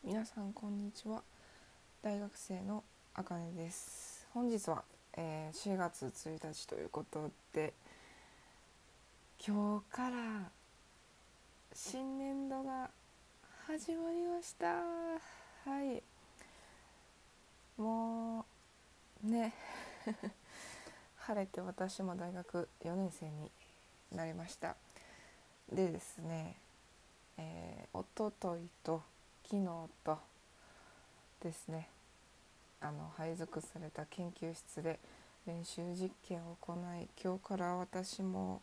皆さんこんにちは。大学生のあかねです。本日は、4月1日ということで、今日から新年度が始まりました。はい、もうね晴れて私も大学4年生になりました。でですね、おとといと昨日とですね、配属された研究室で練習実験を行い、今日から私も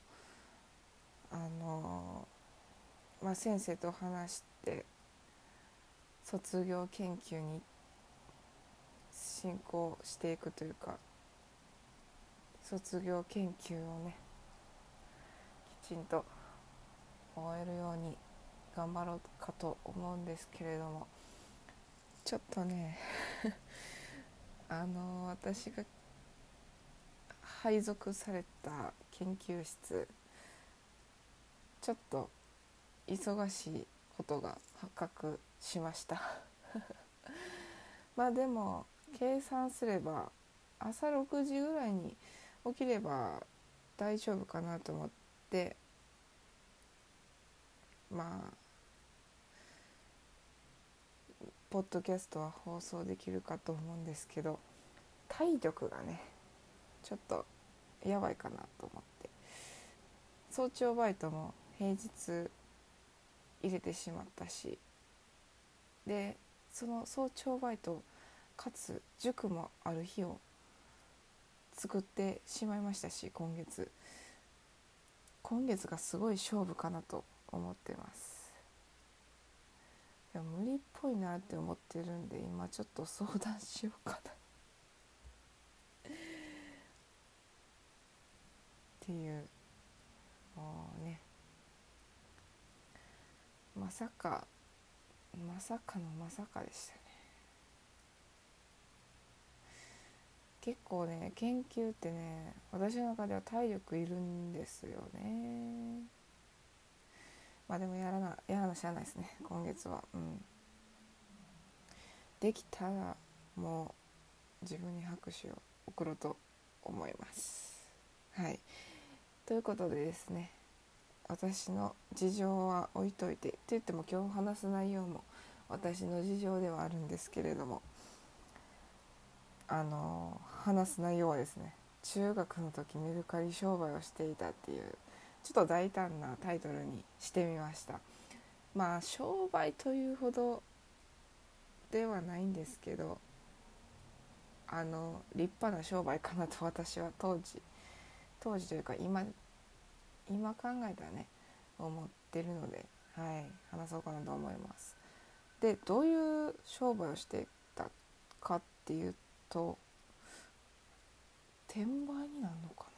先生と話して卒業研究に進行していくというか、卒業研究をねきちんと終えるように頑張ろうかと思うんですけれども、ちょっとね私が配属された研究室、ちょっと忙しいことが発覚しましたまあでも計算すれば朝6時ぐらいに起きれば大丈夫かなと思って、ポッドキャストは放送できるかと思うんですけど、体力がねちょっとやばいかなと思って、早朝バイトも平日入れてしまったし、でその早朝バイトかつ塾もある日を作ってしまいましたし、今月がすごい勝負かなと思ってます。いや無理っぽいなって思ってるんで、今ちょっと相談しようかなっていう、もうね、まさかのまさかでしたね。結構ね、研究ってね、私の中では体力いるんですよね。でもやらなしゃあないですね、今月は。できたらもう自分に拍手を送ろうと思います。はい、ということでですね、私の事情は置いといてって言っても、今日話す内容も私の事情ではあるんですけれども、話す内容はですね、中学の時メルカリ商売をしていたっていう、ちょっと大胆なタイトルにしてみました。商売というほどではないんですけど、立派な商売かなと私は当時というか今考えたらね思ってるので、話そうかなと思います。で、どういう商売をしていたかっていうと、転売になるのか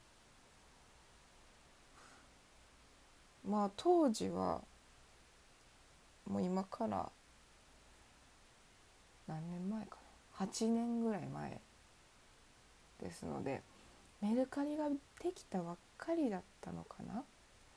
な。当時はもう今から何年前かな、8年ぐらい前ですので、メルカリができたばっかりだったのかな、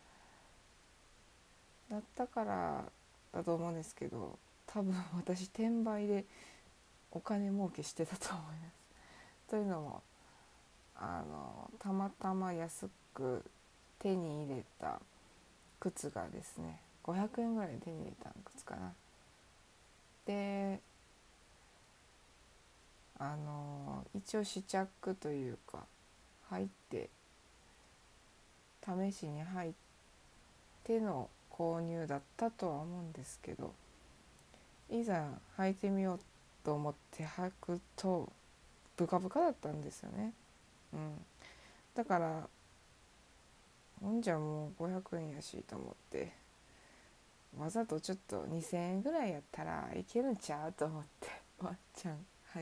だったからだと思うんですけど、多分私転売でお金儲けしてたと思います。というのも、たまたま安く手に入れた靴がですね、500円ぐらいで手に入れた靴かな。で、一応試着というか入って、試しに入っての購入だったとは思うんですけど、いざ履いてみようと思って履くとブカブカだったんですよね。だからほんじゃもう500円やしと思って、わざとちょっと2000円ぐらいやったらいけるんちゃうと思ってワンちゃん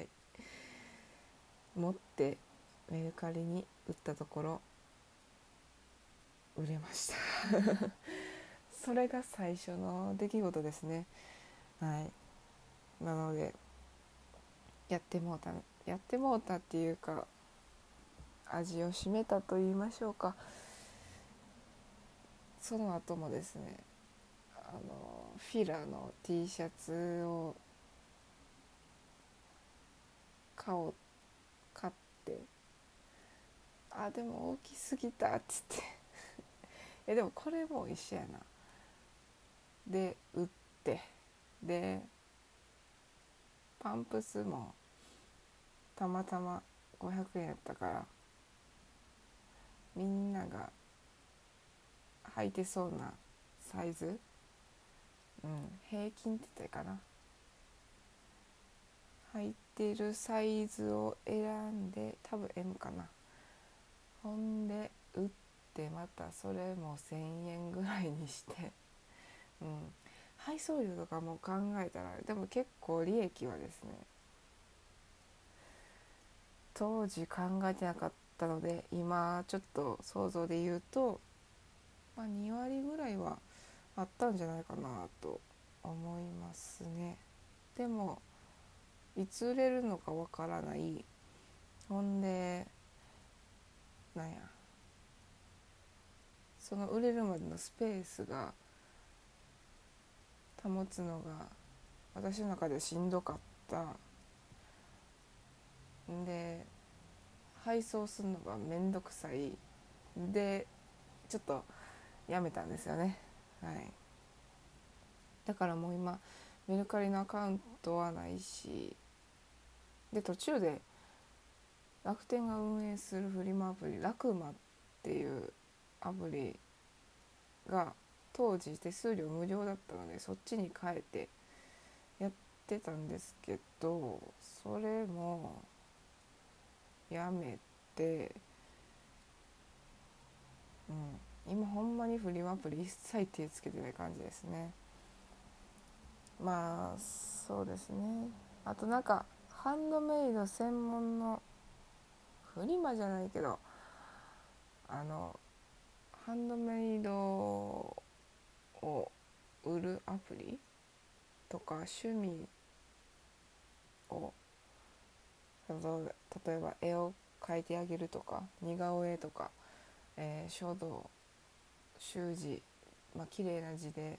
持ってメルカリに売ったところ売れましたそれが最初の出来事ですね。なのでやってもうたっていうか、味を占めたと言いましょうか。その後もですね、 フィラの T シャツを買って、でも大きすぎたっつってでもこれも一緒やな。で売って、でパンプスもたまたま500円やったから、みんなが履いてそうなサイズ、平均って言ったらいいかな、履いてるサイズを選んで、多分 M かな。ほんで売って、またそれも1000円ぐらいにして配送料とかも考えたら、でも結構利益はですね、当時考えてなかったので、今ちょっと想像で言うと、2割ぐらいはあったんじゃないかなと思いますね。でもいつ売れるのかわからない。ほんでその売れるまでのスペースが保つのが私の中でしんどかったんで、配送するのがめんどくさいで、ちょっとやめたんですよね。だからもう今メルカリのアカウントはないし、で途中で楽天が運営するフリマアプリラクマっていうアプリが当時手数料無料だったので、そっちに変えてやってたんですけど、それもやめて、今ほんまにフリマアプリ一切手つけてない感じですね。そうですね。あとハンドメイド専門のフリマじゃないけど、ハンドメイドを売るアプリとか、趣味を例えば絵を描いてあげるとか、似顔絵とか、書道、習字、綺麗な字で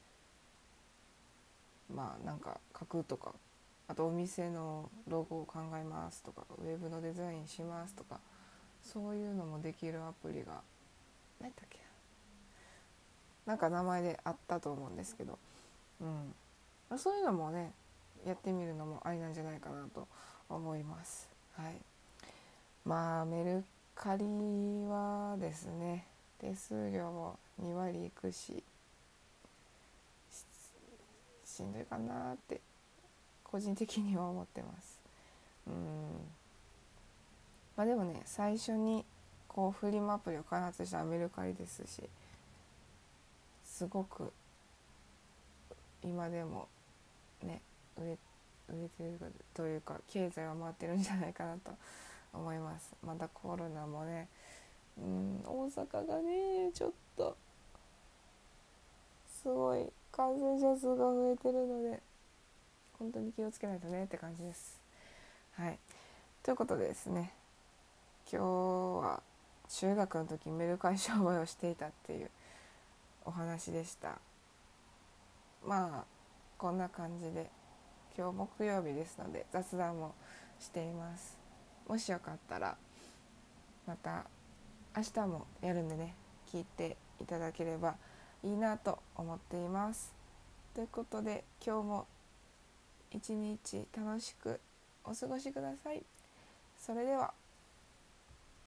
書くとか、あとお店のロゴを考えますとか、ウェブのデザインしますとか、そういうのもできるアプリが何だっけな、名前であったと思うんですけど、そういうのもね、やってみるのもありなんじゃないかなと思います。メルカリはですね、手数料も2割いくし、しんどいかなって個人的には思ってます。でもね、最初にフリマアプリを開発したメルカリですし、すごく今でもね、売れてるというか、経済は回ってるんじゃないかなと思います。まだコロナもね、大阪がねちょっとすごい感染者数が増えてるので、本当に気をつけないとねって感じです。ということでですね、今日は中学の時メルカリ商売をしていたっていうお話でした。こんな感じで今日木曜日ですので雑談もしています。もしよかったらまた明日もやるんでね、聞いていただければいいなと思っています。ということで今日も一日楽しくお過ごしください。それでは。